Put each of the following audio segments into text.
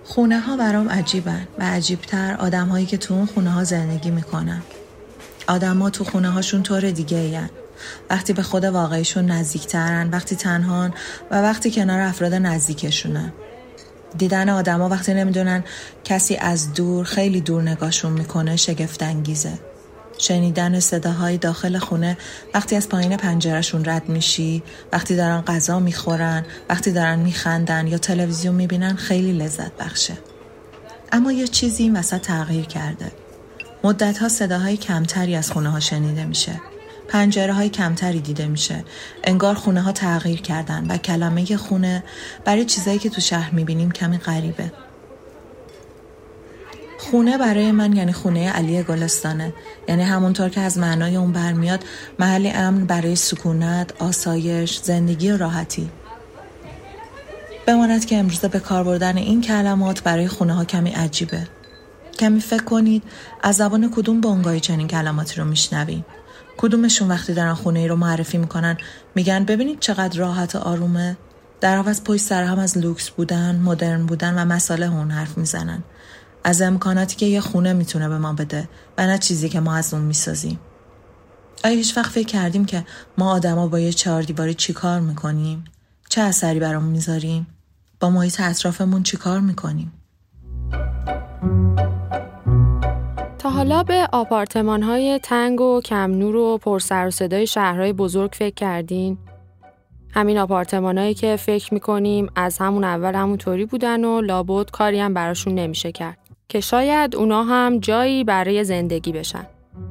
خونه ها برام عجیبن و عجیبتر آدم هایی که تو اون خونه ها زندگی میکنن. آدم ها تو خونه هاشون طور دیگه این. وقتی به خود واقعیشون نزدیکترن، وقتی تنهان و وقتی کنار افراد نزدیکشونن. دیدن آدم ها وقتی نمیدونن کسی از دور، خیلی دور نگاهشون میکنه شگفت انگیزه. شنیدن صداهای داخل خونه وقتی از پایین پنجرهشون رد میشی، وقتی دارن غذا میخورن، وقتی دارن میخندن یا تلویزیون میبینن خیلی لذت بخشه. اما یه چیزی این وسط تغییر کرده. مدتها صداهای کمتری از خونه ها شنیده میشه. پنجره های کمتری دیده میشه. انگار خونه ها تغییر کردن و کلمه خونه برای چیزایی که تو شهر میبینیم کمی غریبه. خونه برای من یعنی خونه علی گلستانه، یعنی همونطور که از معنای اون برمیاد محلی امن برای سکونت، آسایش، زندگی و راحتی. بماند که امروزه به کار بردن این کلمات برای خونه ها کمی عجیبه. کمی فکر کنید از زبان کدوم بنگاهی چنین کلماتی رو میشنوین؟ کدومشون وقتی دارن خونه ای رو معرفی میکنن میگن ببینید چقدر راحت و آرومه؟ در عوض پشت سر هم از لوکس بودن، مدرن بودن و مصالح اون حرف میزنن. از امکاناتی که یه خونه میتونه به ما بده و نه چیزی که ما از اون میسازیم. آیا هیچ وقت فکر کردیم که ما آدما با یه 4 دیواری چی کار میکنیم؟ چه اثری برامون میذاریم؟ با محیط اطرافمون چی کار میکنیم؟ تا حالا به آپارتمان‌های تنگ و کم نور و پر سر و صدای شهرهای بزرگ فکر کردین؟ همین آپارتمان‌هایی که فکر می‌کنیم از همون اول همونطوری بودن و لابد کاری هم براشون نمیشه کرد که شاید اونا هم جایی برای زندگی بشن.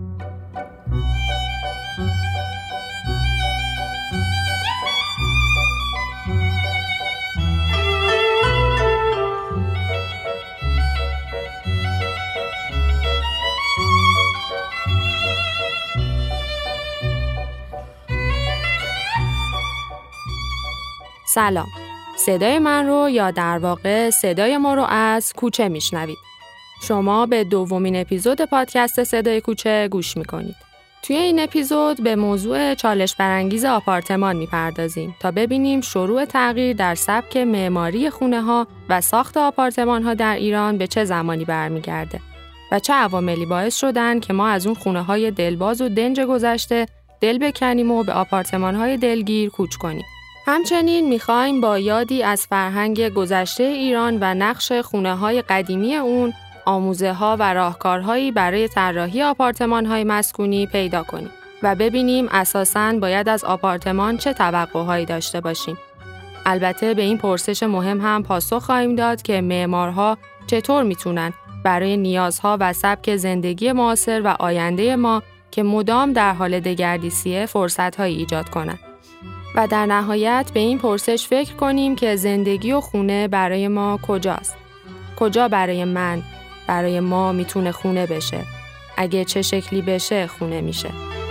سلام. صدای من رو یا در واقع صدای ما رو از کوچه میشنوید. شما به دومین اپیزود پادکست صدای کوچه گوش میکنید. توی این اپیزود به موضوع چالش برانگیز آپارتمان میپردازیم تا ببینیم شروع تغییر در سبک معماری خونه ها و ساخت آپارتمان ها در ایران به چه زمانی برمیگرده و چه عواملی باعث شدن که ما از اون خونه های دلباز و دنج گذشته دل بکنیم و به آپارتمان های دلگیر کوچ کنیم. همچنین میخوایم با یادی از فرهنگ گذشته ایران و نقش خونه‌های قدیمی اون، آموزه‌ها و راهکارهایی برای طراحی آپارتمان‌های مسکونی پیدا کنیم و ببینیم اساساً باید از آپارتمان چه توقع‌هایی داشته باشیم. البته به این پرسش مهم هم پاسخ خواهیم داد که معمارها چطور میتونن برای نیازها و سبک زندگی معاصر و آینده ما که مدام در حال دگردیسیه فرصت‌هایی ایجاد کنن. و در نهایت به این پرسش فکر کنیم که زندگی و خونه برای ما کجاست؟ کجا برای من، برای ما میتونه خونه بشه؟ اگه چه شکلی بشه خونه میشه؟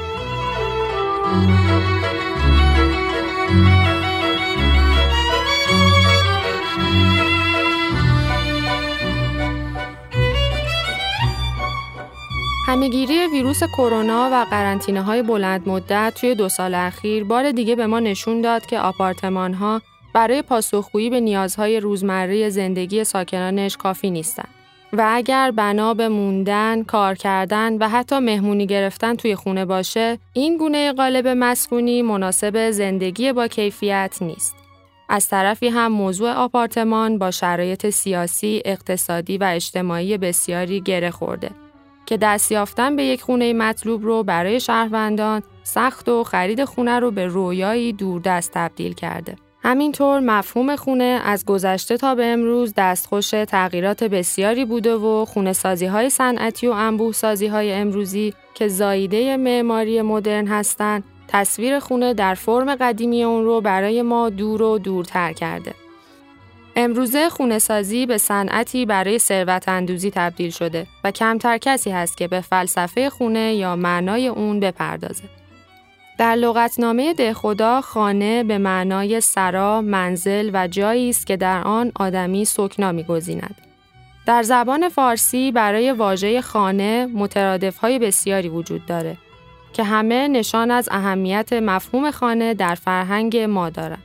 همه‌گیری ویروس کرونا و قرنطینه‌های بلند مدت توی 2 سال اخیر بار دیگه به ما نشون داد که آپارتمان‌ها برای پاسخگویی به نیازهای روزمره زندگی ساکنانش کافی نیستن و اگر بنا به موندن، کار کردن و حتی مهمونی گرفتن توی خونه باشه، این گونه قالب مسکونی مناسب زندگی با کیفیت نیست. از طرفی هم موضوع آپارتمان با شرایط سیاسی، اقتصادی و اجتماعی بسیاری گره خورده که دست یافتن به یک خونه مطلوب رو برای شهروندان سخت و خرید خونه رو به رویایی دوردست تبدیل کرده. همینطور مفهوم خونه از گذشته تا به امروز دستخوش تغییرات بسیاری بوده و خونه‌سازی‌های صنعتی و انبوه‌سازی‌های امروزی که زاییده معماری مدرن هستند، تصویر خونه در فرم قدیمی اون رو برای ما دور و دورتر کرده. امروزه خونه‌سازی به صنعتی برای ثروت‌اندوزی تبدیل شده و کمتر کسی هست که به فلسفه خونه یا معنای اون بپردازه. در لغتنامه دهخدا خانه به معنای سرا، منزل و جایی است که در آن آدمی سکنا می‌گزیند. در زبان فارسی برای واژه خانه مترادف‌های بسیاری وجود داره که همه نشان از اهمیت مفهوم خانه در فرهنگ ما دارند.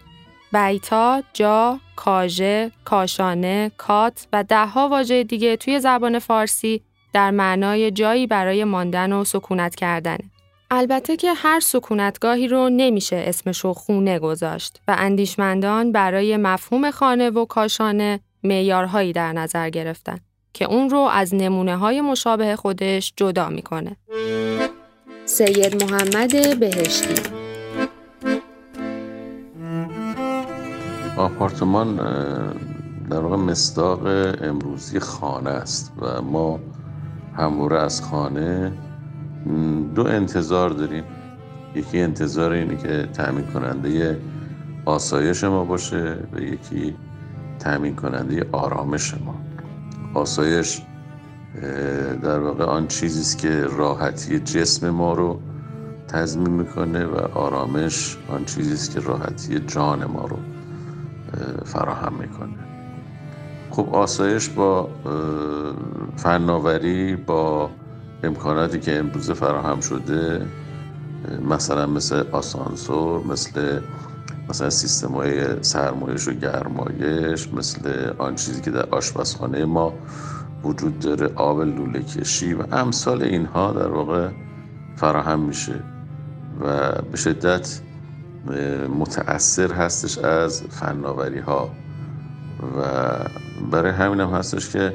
بیتا، جا، کاژه، کاشانه، کات و ده‌ها واژه دیگه توی زبان فارسی در معنای جایی برای ماندن و سکونت کردنه. البته که هر سکونتگاهی رو نمیشه اسمشو خونه گذاشت و اندیشمندان برای مفهوم خانه و کاشانه معیارهایی در نظر گرفتن که اون رو از نمونه‌های مشابه خودش جدا میکنه. سید محمد بهشتی. آپارتمان در واقع مصداق امروزی خانه است و ما همواره از خانه دو انتظار داریم. یکی انتظار اینه که تأمین کننده آسایش ما باشه و یکی تأمین کننده آرامش ما. آسایش در واقع آن چیزی است که راحتی جسم ما رو تضمین میکنه و آرامش آن چیزی است که راحتی جان ما رو فراهم میکنه. خب آسایش با فناوری، با امکاناتی که امروزه فراهم شده، مثلا مثل آسانسور، مثلا سیستم‌های سرمایش و گرمایش، مثل آن چیزی که در آشپزخانه ما وجود داره، آب لوله کشی و امثال اینها در واقع فراهم میشه و به شدت متأثر هستش از فناوری ها و برای همین هم هستش که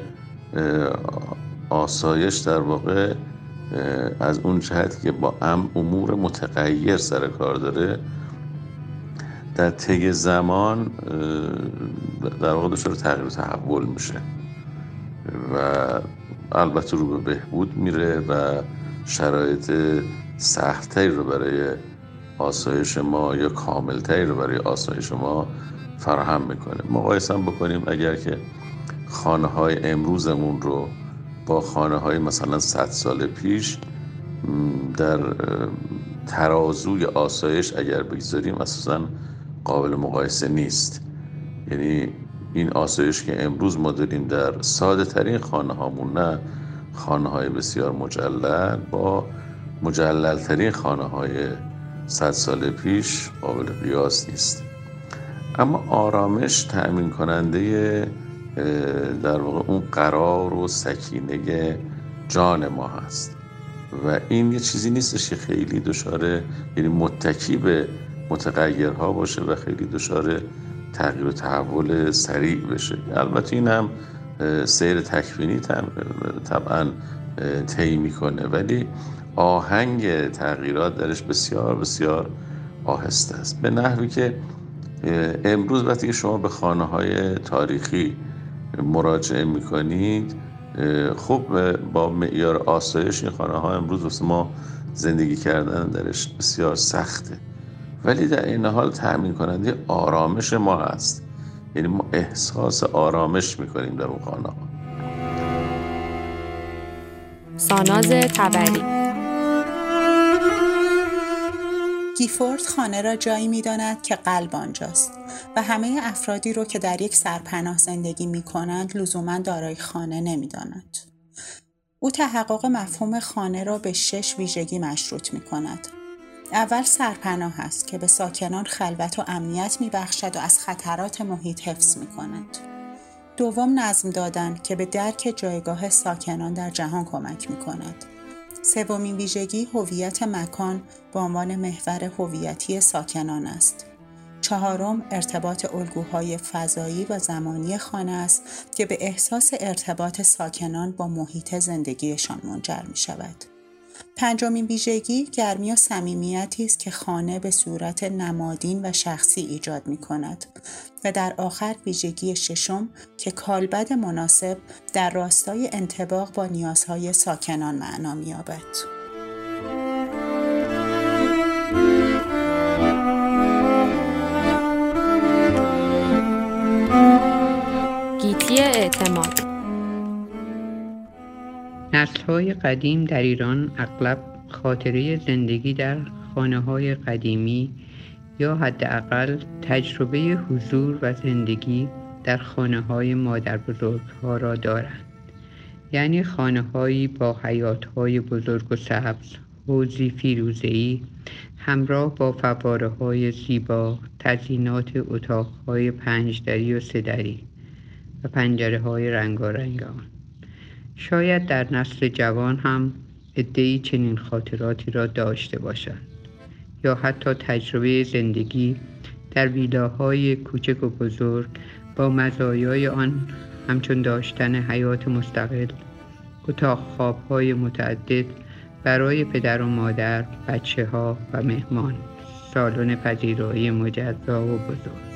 آسایش در واقع از اون جهت که با امور متغیر سر کار داره در طی زمان در واقع دچار تغییر و تحول میشه و البته رو به بهبود میره و شرایط سخت‌تری رو برای آسایش ما یا کاملتری رو برای آسایش ما فراهم میکنه. مقایسه هم بکنیم اگر که خانه‌های امروزمون رو با خانه‌های مثلا 100 سال پیش در ترازوی آسایش اگر بگذاریم اساساً قابل مقایسه نیست. یعنی این آسایش که امروز ما داریم در ساده ترین خانه هامون، نه خانه های بسیار مجلل، با مجلل ترین خانه های 100 سال پیش قابل قیاس نیست. اما آرامش تأمین کننده در واقع اون قرار و سکینه جان ما هست و این یه چیزی نیستش که خیلی دچار یعنی متکی به متغیرها باشه و خیلی دچار تغییر و تحول سریع بشه. البته این هم سیر تکوینی طبعا طی میکنه ولی آهنگ تغییرات درش بسیار بسیار آهسته است، به نحوی که امروز وقتی که شما به خانه‌های تاریخی مراجعه میکنید خب با معیار آسایش این خانه‌ها امروز واسه ما زندگی کردن درش بسیار سخته، ولی در این حال تأمین کننده آرامش ما هست. یعنی ما احساس آرامش میکنیم در اون خانه‌ها. ساناز تبری. گیفورد خانه را جایی می‌داند که قلب آنجاست و همه افرادی رو که در یک سرپناه زندگی می‌کنند لزوماً دارای خانه نمی‌دانند. او تحقق مفهوم خانه را به 6 ویژگی مشروط می‌کند. اول سرپناه است که به ساکنان خلوت و امنیت می‌بخشد و از خطرات محیط حفظ می‌کند. دوم نظم دادن که به درک جایگاه ساکنان در جهان کمک می‌کند. سومین ویژگی هویت مکان به عنوان محور هویتی ساکنان است. چهارم ارتباط الگوهای فضایی و زمانی خانه است که به احساس ارتباط ساکنان با محیط زندگیشان منجر می شود. پنجمین ویژگی گرمی و صمیمیتی است که خانه به صورت نمادین و شخصی ایجاد می کند و در آخر ویژگی ششم که کالبد مناسب در راستای انطباق با نیازهای ساکنان معنا می یابد. گیتی اعتماد. نسل‌های قدیم در ایران اغلب خاطره زندگی در خانه‌های قدیمی یا حداقل تجربه حضور و زندگی در خانه‌های مادربزرگ‌ها را دارند. یعنی خانه‌هایی با حیاط‌های بزرگ و سبز، حوضی فیروزه‌ای همراه با فواره‌های زیبا، تزیینات اتاق‌های 5 دری و 3 دری و پنجره‌های رنگارنگ آن. شاید در نسل جوان هم عده‌ای چنین خاطراتی را داشته باشند یا حتی تجربه زندگی در ویلاهای کوچک و بزرگ با مزایای آن همچون داشتن حیات مستقل، اتاق خواب‌های متعدد برای پدر و مادر، بچه‌ها و مهمان، سالن پذیرایی مجزا و بزرگ.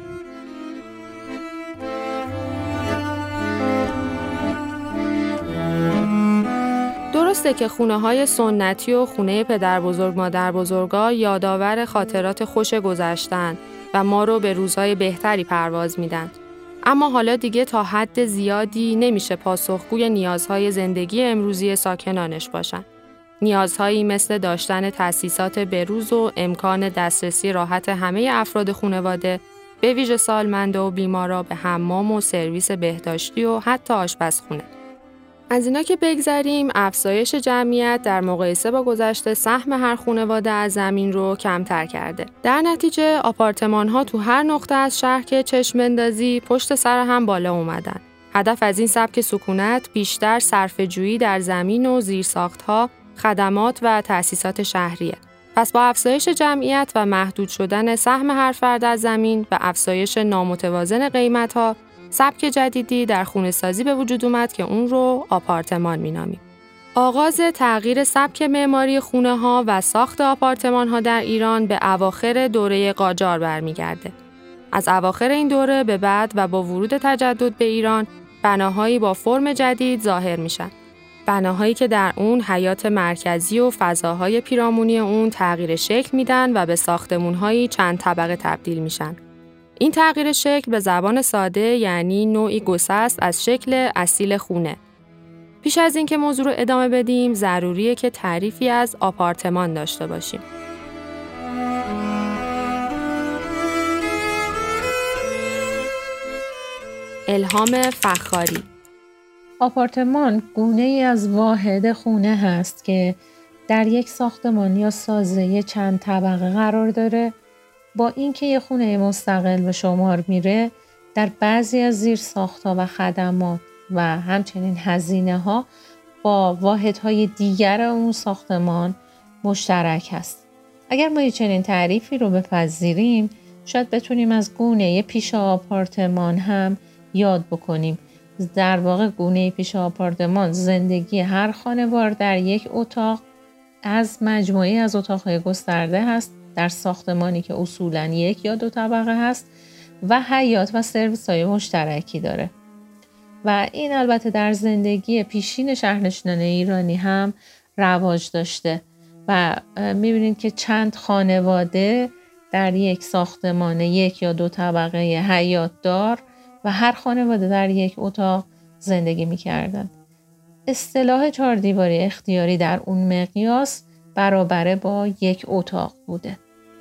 درسته که خونه‌های سنتی و خونه پدر بزرگ مادر بزرگا یادآور خاطرات خوش گذشتن و ما رو به روزهای بهتری پرواز میدن. اما حالا دیگه تا حد زیادی نمیشه پاسخگوی نیازهای زندگی امروزی ساکنانش باشن. نیازهایی مثل داشتن تأسیسات بروز و امکان دسترسی راحت همه افراد خانواده، به ویژه سالمنده و بیمارا، به حمام و سرویس بهداشتی و حتی آشپزخونه. از اینا که بگذریم، افزایش جمعیت در مقایسه با گذشته سهم هر خانواده از زمین رو کمتر کرده. در نتیجه آپارتمان‌ها تو هر نقطه از شهر که چشم بندازی پشت سر هم بالا اومدن. هدف از این سبک سکونت بیشتر صرفه‌جویی در زمین و زیرساخت‌ها، خدمات و تأسیسات شهریه. پس با افزایش جمعیت و محدود شدن سهم هر فرد از زمین و افزایش نامتوازن قیمت‌ها، سبک جدیدی در خونه‌سازی به وجود اومد که اون رو آپارتمان می‌نامیم. آغاز تغییر سبک معماری خونه‌ها و ساخت آپارتمان‌ها در ایران به اواخر دوره قاجار برمیگرده. از اواخر این دوره به بعد و با ورود تجدد به ایران، بناهایی با فرم جدید ظاهر میشن. بناهایی که در اون حیات مرکزی و فضاهای پیرامونی اون تغییر شکل میدن و به ساختمون‌های چند طبقه تبدیل میشن. این تغییر شکل به زبان ساده یعنی نوعی گسست از شکل اصیل خونه. پیش از اینکه موضوع رو ادامه بدیم، ضروریه که تعریفی از آپارتمان داشته باشیم. الهام فخاری. آپارتمان گونه‌ای از واحد خونه هست که در یک ساختمان یا سازه چند طبقه قرار داره. با اینکه یه خونه مستقل به شمار میره، در بعضی از زیرساخت‌ها و خدمات و همچنین هزینه‌ها با واحدهای دیگر اون ساختمان مشترک هست. اگر ما چنین تعریفی رو بپذیریم، شاید بتونیم از گونه پیش آپارتمان هم یاد بکنیم. در واقع گونه پیش آپارتمان زندگی هر خانوار در یک اتاق از مجموعه از اتاق‌های گسترده هست در ساختمانی که اصولاً 1 یا 2 طبقه هست و حیاط و سرویس‌های مشترکی داره. و این البته در زندگی پیشین شهرنشینان ایرانی هم رواج داشته و می‌بینید که چند خانواده در یک ساختمان 1 یا 2 طبقه حیاط دار و هر خانواده در یک اتاق زندگی می‌کردند. اصطلاح 4 دیواری اختیاری در اون مقیاس برابر با 1 اتاق بوده.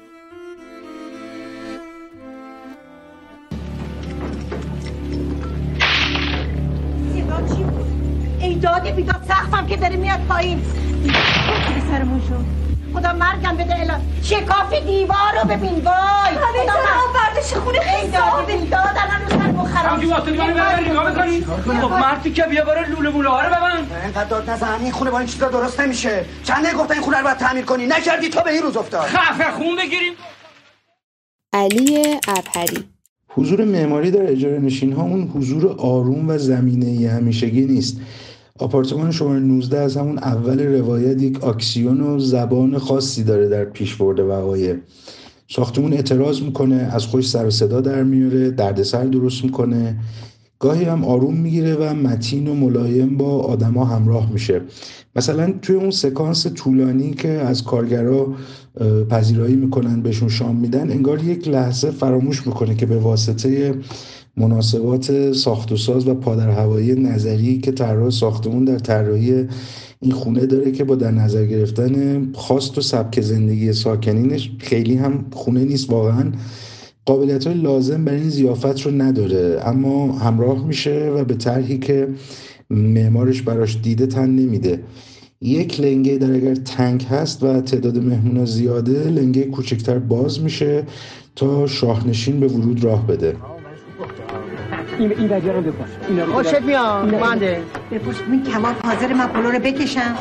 چی بود؟ ای داده بیداد سقفم که داره میاد پایین. خود که سرمون شد. خدا مرگم بده الان. شکاف دیوار رو ببین وای. خدا بردش خونه خیلی داده بیداد الان رو سرمون خراب. همجی واسه دیگه برای نگاه بکنی. خب مردی که بیا برای لوله موله ها رو ببند. اینقدر داد نزن، این خونه با این چیزا درست نمیشه. چند گفتن این خونه رو باید تعمیر کنی، نکردی تا به این روز افتاد. خفه خون بگیریم. علی ابهری. حضور معماری در اجاره نشین ها اون حضور آروم و زمینه‌ای همیشگی نیست. آپارتمان شماره 19 از همون اول روایت یک اکسیون و زبان خاصی داره در پیشبرد وقایع. ساختمون اعتراض میکنه، از خودش سر و صدا در میاره، دردسر درست میکنه، گاهی هم آروم میگیره و متین و ملایم با آدما همراه میشه. مثلا توی اون سکانس طولانی که از کارگرها پذیرایی میکنن بهشون شام میدن، انگار یک لحظه فراموش میکنه که به واسطه مناسبات ساخت و ساز و پادرهوایی نظری که طراح ساختمون در طراحی این خونه داره که با در نظر گرفتن خواست و سبک زندگی ساکنینش خیلی هم خونه نیست، واقعا قابلیت‌های لازم برای این ضیافت رو نداره، اما همراه میشه و به طرحی که معمارش براش دیده تن نمیده. یک لنگه در اگر تنگ هست و تعداد مهمونا زیاده، لنگه کوچکتر باز میشه تا شاهنشین به ورود راه بده. این وجه رو بپرس. خوشت میاد مانده بپرس ببین کمال حاضر من پلو رو بکشم.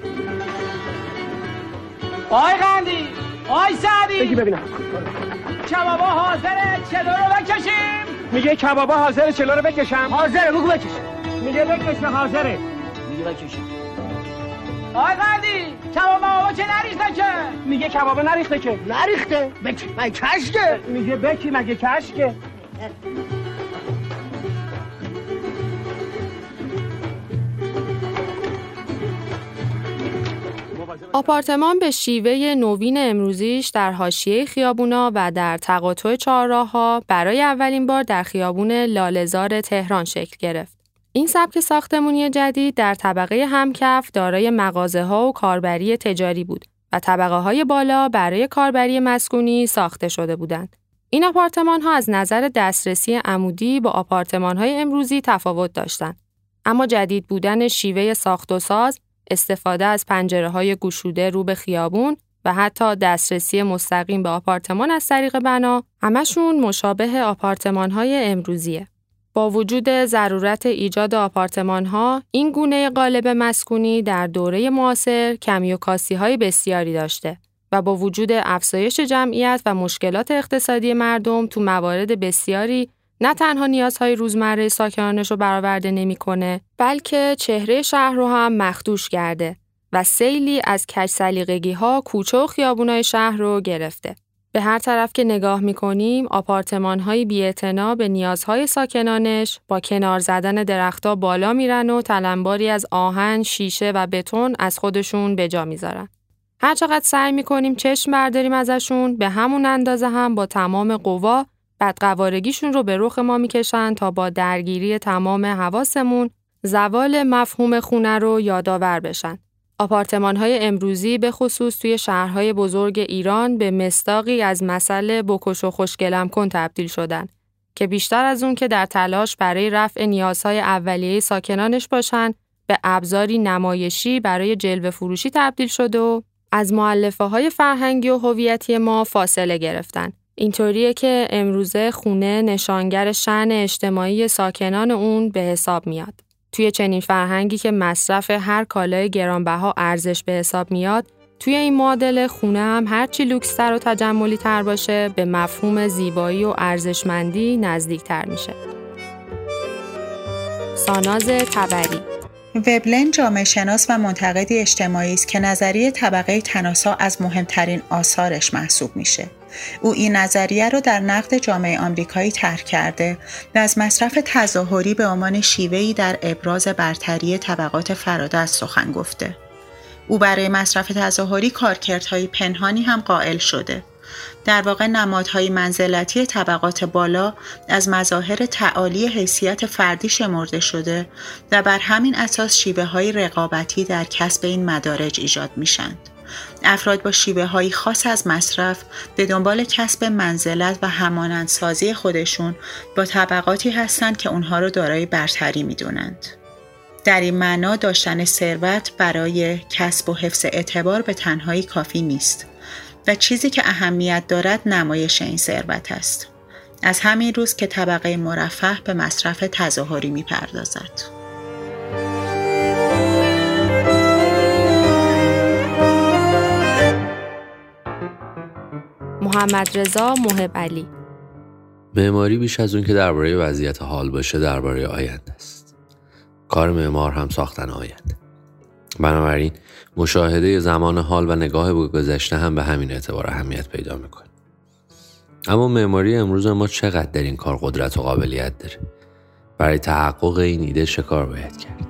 آی قندی، آی سعدی، بگی ببینم کبابا حاضره چلو رو بکشیم؟ میگه کبابا حاضره چلو رو بکشم؟ حاضره بگو بکش. میگه بکش حاضره. میگه بکشیم. آی قندی، کبابا چه نریخته که؟ میگه کبابا نریخته که. نریخته؟ بکی مگه کشکه؟ میگه بکی مگه کشکه؟ آپارتمان به شیوه نوین امروزیش در حاشیه خیابونا و در تقاطع چهارراه‌ها برای اولین بار در خیابون لاله‌زار تهران شکل گرفت. این سبک ساختمانی جدید در طبقه همکف دارای مغازه‌ها و کاربری تجاری بود و طبقه‌های بالا برای کاربری مسکونی ساخته شده بودند. این آپارتمان‌ها از نظر دسترسی عمودی با آپارتمان‌های امروزی تفاوت داشتند. اما جدید بودن شیوه ساخت و ساز، استفاده از پنجره‌های گشوده رو به خیابون و حتی دسترسی مستقیم به آپارتمان از طریق بنا، همشون مشابه آپارتمان‌های امروزیه. با وجود ضرورت ایجاد آپارتمان‌ها، این گونه قالب مسکونی در دوره معاصر کمی و کاستی‌های بسیاری داشته و با وجود افزایش جمعیت و مشکلات اقتصادی مردم تو موارد بسیاری نه تنها نیازهای روزمره ساکنانش رو برآورده نمی‌کنه، بلکه چهره شهر رو هم مخدوش کرده و سیلی از کج سلیقگی‌ها کوچه و خیابونای شهر رو گرفته. به هر طرف که نگاه می‌کنیم، آپارتمان‌های بی‌اعتنا به نیازهای ساکنانش با کنار زدن درخت‌ها بالا میرن و تلمباری از آهن، شیشه و بتون از خودشون به جا میذارن. هر چقدر سعی می‌کنیم چشم برداریم ازشون، به همون اندازه هم با تمام قوا بدقوارگیشون رو به رخ ما میکشن تا با درگیری تمام حواسمون زوال مفهوم خونه رو یادآور بشن. آپارتمان‌های امروزی به خصوص توی شهرهای بزرگ ایران به مصداقی از مسئله بکش و خوشگلم کن تبدیل شدن که بیشتر از اون که در تلاش برای رفع نیازهای اولیه ساکنانش باشن، به ابزاری نمایشی برای جلوه فروشی تبدیل شده و از مؤلفه‌های فرهنگی و هویتی ما فاصله گرفتن. اینطوریه که امروزه خونه نشانگر شأن اجتماعی ساکنان اون به حساب میاد. توی چنین فرهنگی که مصرف هر کالای گرانبها ارزش به حساب میاد، توی این معادله خونه هم هرچی لوکس‌تر و تجملی تر باشه به مفهوم زیبایی و ارزشمندی نزدیکتر میشه. ساناز تبری. وبلن جامعه شناس و منتقدی اجتماعی است که نظریه طبقه تناسا از مهمترین آثارش محسوب میشه. او این نظریه رو در نقد جامعه آمریکایی طرح کرده و از مصرف تظاهری به عنوان شیوه‌ای در ابراز برتری طبقات فرادست سخن گفته. او برای مصرف تظاهری کارکردهای پنهانی هم قائل شده. در واقع نمادهای منزلتی طبقات بالا از مظاهر تعالی حیثیت فردی شمرده شده و بر همین اساس شیوه‌های رقابتی در کسب این مدارج ایجاد میشند. افراد با شیوه‌های خاص از مصرف به دنبال کسب منزلت و همانندسازی خودشون با طبقاتی هستند که اونها رو دارای برتری میدونند. در این معنا داشتن ثروت برای کسب و حفظ اعتبار به تنهایی کافی نیست و چیزی که اهمیت دارد نمایش این ثروت است. از همین روز که طبقه مرفه به مصرف تظاهری می‌پردازد. محمد رضا محب علی. معماری بیش از اون که درباره وضعیت حال باشه درباره آینده است. کار معمار هم ساختن آینده. بنابراین مشاهده زمان حال و نگاه به گذشته هم به همین اعتبار اهمیت پیدا میکنه. اما معماری امروز ما چقدر در این کار قدرت و قابلیت داره؟ برای تحقق این ایده چه کار باید کرد؟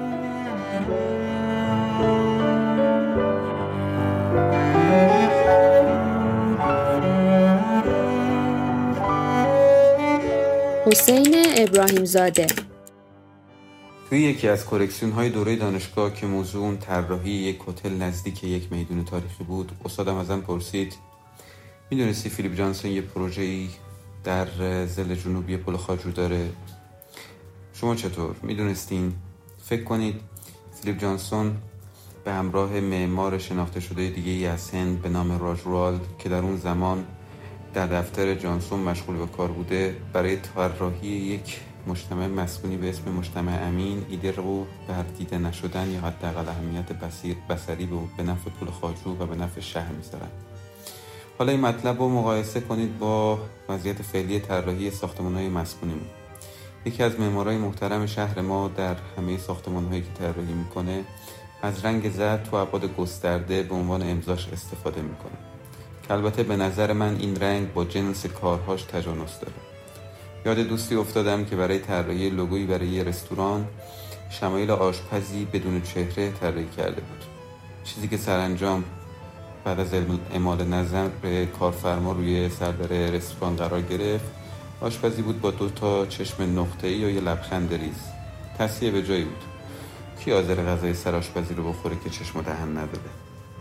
حسین ابراهیم زاده. توی یکی از کورکسیون های دوره دانشگاه که موضوع اون طراحی یک هتل نزدیک یک میدون تاریخی بود، استادم ازم پرسید میدونستی فیلیپ جانسون یه پروژه‌ای در ضلع جنوبی پل خاجو داره؟ شما چطور میدونستین؟ فکر کنید فیلیپ جانسون به همراه معمار شناخته شده دیگه‌ای از هند به نام راجوالد که در اون زمان در دفتر جانسون مشغول به کار بوده، برای طراحی یک مجتمع مسکونی به اسم مجتمع امین ایده رو بر دیده نشدن یا حداقل اهمیت بصری به نفع پول خاجو و به نفع شهر می‌ذارن. حالا این مطلب رو مقایسه کنید با وضعیت فعلی طراحی ساختمان‌های مسکونی. یکی از معمارای محترم شهر ما در همه ساختمان‌هایی که طراحی می‌کنه از رنگ زرد تو ابعاد گسترده به عنوان امضاش استفاده می‌کنه. که البته به نظر من این رنگ با جنس کارهاش تجانس داره. یاد دوستی افتادم که برای طراحی لوگویی برای یه رستوران شمایل آشپزی بدون چهره طراحی کرده بود. چیزی که سرانجام بعد از اعمال نظر به کارفرما روی سردر رستوران قرار گرفت، آشپزی بود با 2 چشم نقطه‌ای و یه لبخند ریز. تصفیه به جایی بود. کی حاضر غذای سر آشپزی رو بخوره که چشم و دهن نداره؟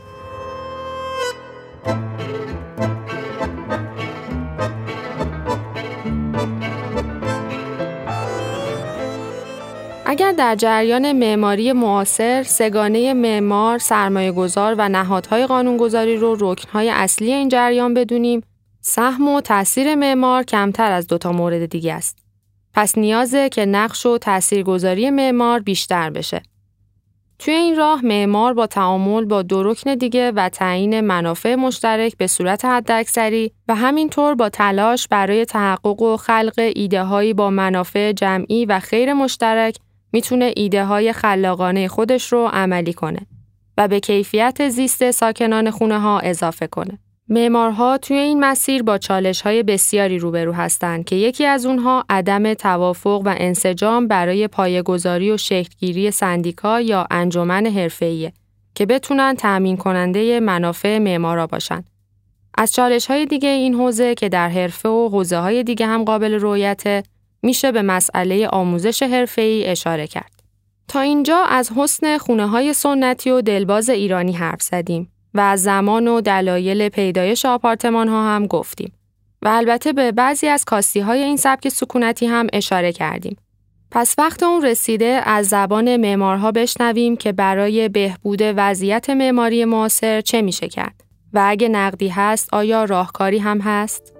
اگر در جریان معماری معاصر سگانه معمار، سرمایه‌گذار و نهادهای قانونگذاری رو رکن‌های اصلی این جریان بدونیم، سهم و تأثیر معمار کمتر از 2 مورد دیگه است. پس نیازه که نقش و تأثیرگذاری معمار بیشتر بشه. توی این راه معمار با تعامل با 2 رکن دیگه و تعیین منافع مشترک به صورت حداکثری و همینطور با تلاش برای تحقق و خلق ایده‌هایی با منافع جمعی و خیر مشترک میتونه ایده‌های خلاقانه خودش رو عملی کنه و به کیفیت زیست ساکنان خونه‌ها اضافه کنه. معمارها توی این مسیر با چالش‌های بسیاری روبرو هستند که یکی از اونها عدم توافق و انسجام برای پایه‌گذاری و شکل‌گیری سندیکا یا انجمن حرفه‌ایه که بتونن تأمین کننده منافع معمارا باشن. از چالش‌های دیگه این حوزه که در حرفه و حوزه‌های دیگه هم قابل رؤیته، میشه به مسئله آموزش حرفه‌ای اشاره کرد. تا اینجا از حسن خونه‌های سنتی و دلباز ایرانی حرف زدیم و از زمان و دلایل پیدایش آپارتمان‌ها هم گفتیم و البته به بعضی از کاستی‌های این سبک سکونتی هم اشاره کردیم. پس وقت اون رسیده از زبان معمارها بشنویم که برای بهبود وضعیت معماری معاصر چه میشه کرد و اگه نقدی هست آیا راهکاری هم هست؟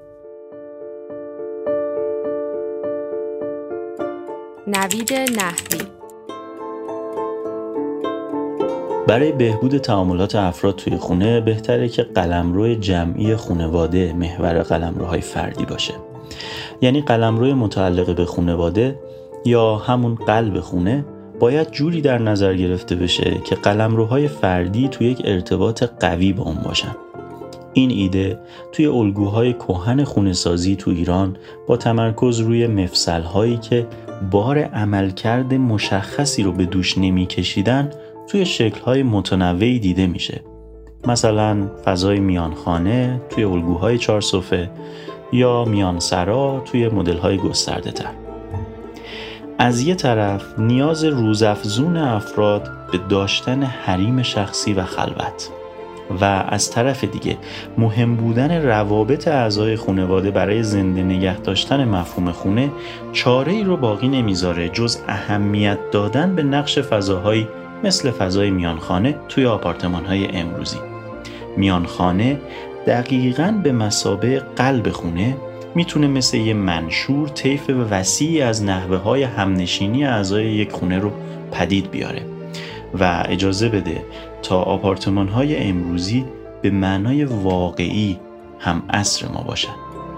نوید نحوی. برای بهبود تعاملات افراد توی خونه بهتره که قلمرو جمعی خانواده محور قلمروهای فردی باشه. یعنی قلمرو متعلق به خانواده یا همون قلب خونه باید جوری در نظر گرفته بشه که قلمروهای فردی توی یک ارتباط قوی با اون باشن. این ایده توی الگوهای کهن خونه‌سازی تو ایران با تمرکز روی مفصل‌هایی که بار عملکرد مشخصی رو به دوش نمی‌کشیدن توی شکل‌های متنوعی دیده میشه. مثلا فضای میانخانه توی الگوهای 4 صفحه یا میانسرا توی مدل‌های گسترده‌تر. از یه طرف نیاز روزافزون افراد به داشتن حریم شخصی و خلوت و از طرف دیگه مهم بودن روابط اعضای خانواده برای زنده نگه داشتن مفهوم خونه چاره‌ای رو باقی نمیذاره جز اهمیت دادن به نقش فضاهایی مثل فضای میانخانه توی آپارتمان‌های امروزی. میانخانه دقیقاً به مثابه قلب خونه میتونه مثل یه منشور طیف وسیعی از نحوه‌های همنشینی اعضای یک خونه رو پدید بیاره و اجازه بده تا آپارتمان‌های امروزی به معنای واقعی هم عصر ما باشن.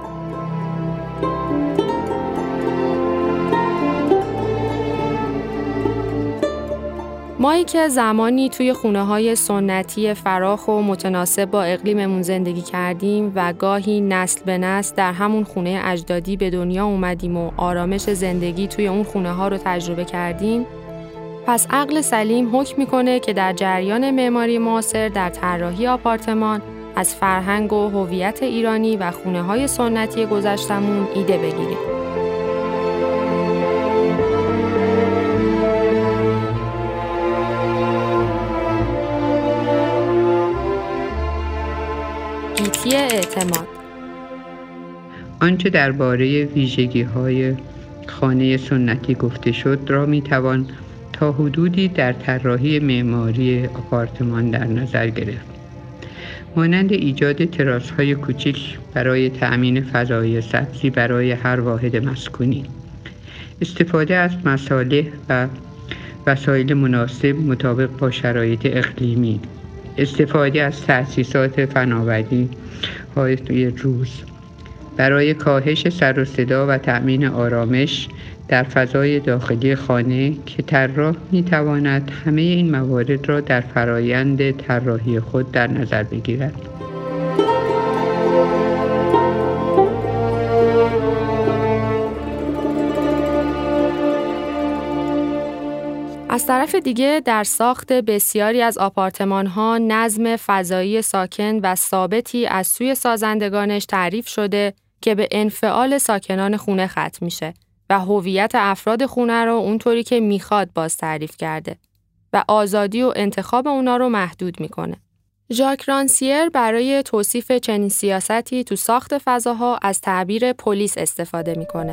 مایی که زمانی توی خونه‌های سنتی فراخ و متناسب با اقلیممون زندگی کردیم و گاهی نسل به نسل در همون خونه اجدادی به دنیا اومدیم و آرامش زندگی توی اون خونه‌ها رو تجربه کردیم، پس عقل سلیم حکم میکنه که در جریان معماری معاصر در طراحی آپارتمان از فرهنگ و هویت ایرانی و خونه‌های سنتی گذشتمون ایده بگیریم. گیتی اعتماد. آنچه درباره ویژگی‌های خانه سنتی گفته شد را می‌توان تا حدودی در طراحی معماری آپارتمان در نظر گرفت، مانند ایجاد تراس‌های کوچک برای تأمین فضای سبزی برای هر واحد مسکونی، استفاده از مصالح و وسایل مناسب مطابق با شرایط اقلیمی، استفاده از تأسیسات فناوری‌های روز برای کاهش سر و صدا و تأمین آرامش در فضای داخلی خانه که طراح می‌تواند همه این موارد را در فرایند طراحی خود در نظر بگیرد. از طرف دیگه در ساخت بسیاری از آپارتمان‌ها نظم فضایی ساکن و ثابتی از سوی سازندگانش تعریف شده که به انفعال ساکنان خونه ختم میشه و هویت افراد خونه رو اونطوری که میخواد باز تعریف کرده و آزادی و انتخاب اونا رو محدود میکنه. ژاک رانسیر برای توصیف چنین سیاستی تو ساخت فضاها از تعبیر پلیس استفاده میکنه.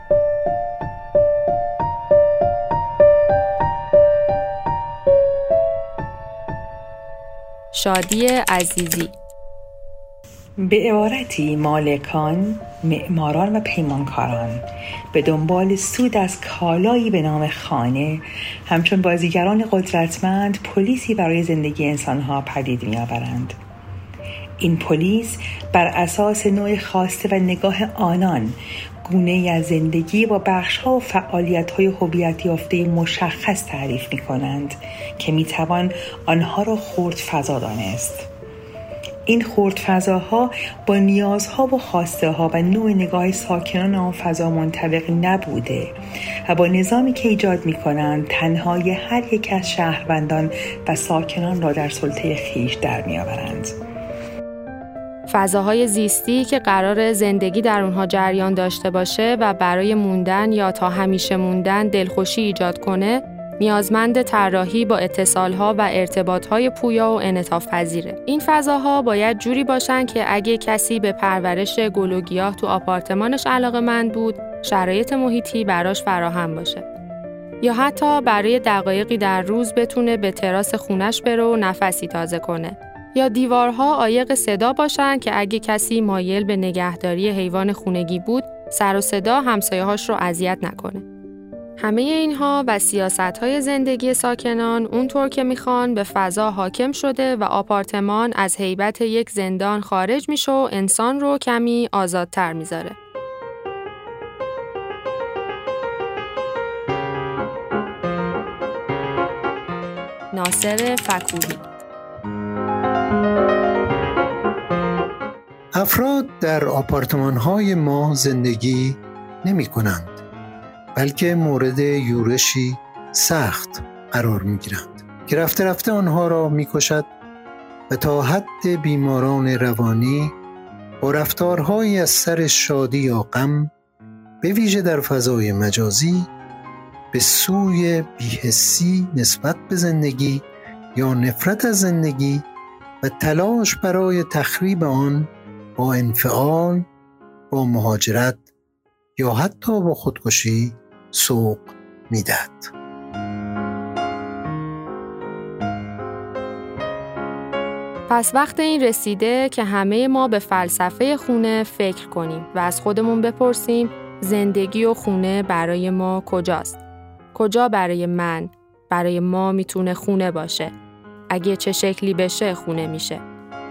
شادی عزیزی: به عبارتی مالکان، معماران و پیمانکاران به دنبال سود از کالایی به نام خانه همچون بازیگران قدرتمند پلیسی برای زندگی انسانها پدید می‌آورند. این پلیس بر اساس نوع خواسته و نگاه آنان گونه‌ای از زندگی با بخش‌ها و فعالیت‌های هویت یافته مشخص تعریف می‌کنند که می‌توان آنها را خرد فضا دانست. این خرد فضاها با نیازها و خواسته ها و نوع نگاه ساکنان آن فضا منطبق نبوده و با نظامی که ایجاد می کنند تنهای هر یک از شهروندان و ساکنان را در سلطه خویش در می آورند. فضاهای زیستی که قرار زندگی در اونها جریان داشته باشه و برای موندن یا تا همیشه موندن دلخوشی ایجاد کنه، نیازمند طراحی با اتصالها و ارتباطهای پویا و انعطاف پذیره. این فضاها باید جوری باشن که اگه کسی به پرورش گل و گیاه تو آپارتمانش علاقه‌مند بود، شرایط محیطی براش فراهم باشه. یا حتی برای دقایقی در روز بتونه به تراس خونش بره و نفسی تازه کنه. یا دیوارها عایق صدا باشن که اگه کسی مایل به نگهداری حیوان خونگی بود، سر و صدا همسایه‌هاش رو اذیت نکنه. همه اینها و سیاست‌های زندگی ساکنان اونطور که میخوان به فضا حاکم شده و آپارتمان از هیبت یک زندان خارج میشه و انسان رو کمی آزادتر میذاره. ناصر فکوهی: افراد در آپارتمان‌های ما زندگی نمی‌کنند، بلکه مورد یورشی سخت قرار می‌گیرند که رفته رفته آنها را می‌کشد و تا حد بیماران روانی با رفتارهایی از سر شادی یا غم، به ویژه در فضای مجازی، به سوی بی‌حسی نسبت به زندگی یا نفرت از زندگی و تلاش برای تخریب آن با انفعال، با مهاجرت یا حتی با خودکشی سوق می‌دهد. پس وقت این رسیده که همه ما به فلسفه خونه فکر کنیم و از خودمون بپرسیم زندگی و خونه برای ما کجاست؟ کجا برای من، برای ما میتونه خونه باشه؟ اگه چه شکلی بشه خونه میشه؟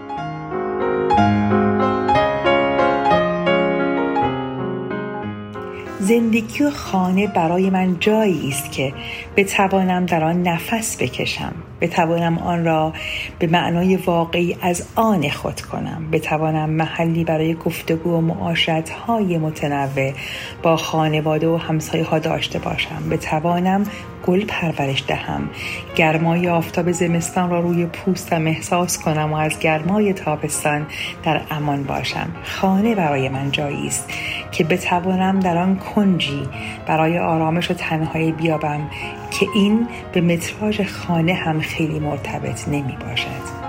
زندگی و خانه برای من جایی است که بتوانم در آن نفس بکشم، بتوانم آن را به معنای واقعی از آن خود کنم، بتوانم محلی برای گفتگو و معاشرت‌های متنوع با خانواده و همسایه‌ها داشته باشم، بتوانم گل پرورش دهم، گرمای آفتاب زمستان را روی پوستم احساس کنم و از گرمای تابستان در امان باشم. خانه برای من جایی است که بتوانم در آن کنجی برای آرامش و تنهایی بیابم که این به متراژ خانه هم خیلی مرتبط نمی باشد.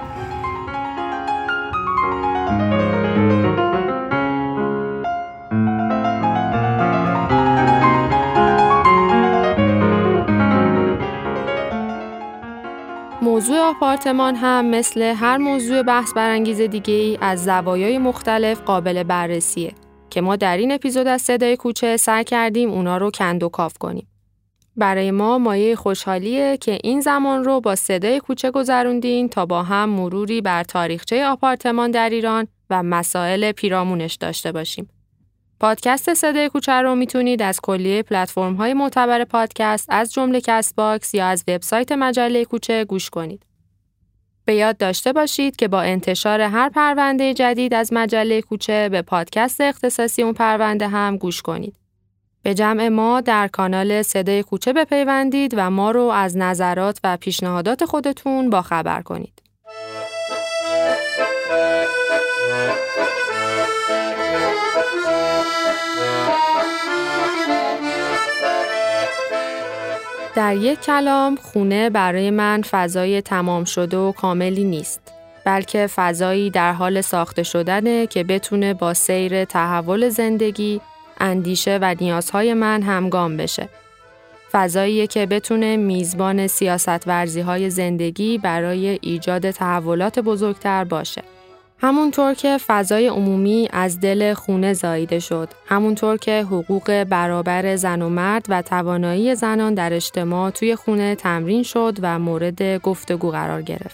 موضوع آپارتمان هم مثل هر موضوع بحث برانگیز دیگه‌ای از زوایای مختلف قابل بررسیه که ما در این اپیزود از صدای کوچه سعی کردیم اونا رو کند و کاف کنیم. برای ما مایه خوشحالیه که این زمان رو با صدای کوچه گذروندین تا با هم مروری بر تاریخچه آپارتمان در ایران و مسائل پیرامونش داشته باشیم. پادکست صدای کوچه رو میتونید از کلیه پلتفرم‌های معتبر پادکست از جمله کست باکس یا از وبسایت مجله کوچه گوش کنید. به یاد داشته باشید که با انتشار هر پرونده جدید از مجله کوچه به پادکست اختصاصی اون پرونده هم گوش کنید. به جمع ما در کانال صدای کوچه بپیوندید و ما رو از نظرات و پیشنهادات خودتون باخبر کنید. در یک کلام، خونه برای من فضای تمام شده و کاملی نیست، بلکه فضایی در حال ساخته شدنه که بتونه با سیر تحول زندگی، اندیشه و نیازهای من همگام بشه. فضاییه که بتونه میزبان سیاست‌ورزی‌های زندگی برای ایجاد تحولات بزرگتر باشه. همونطور که فضای عمومی از دل خونه زاییده شد، همونطور که حقوق برابر زن و مرد و توانایی زنان در اجتماع توی خونه تمرین شد و مورد گفتگو قرار گرفت.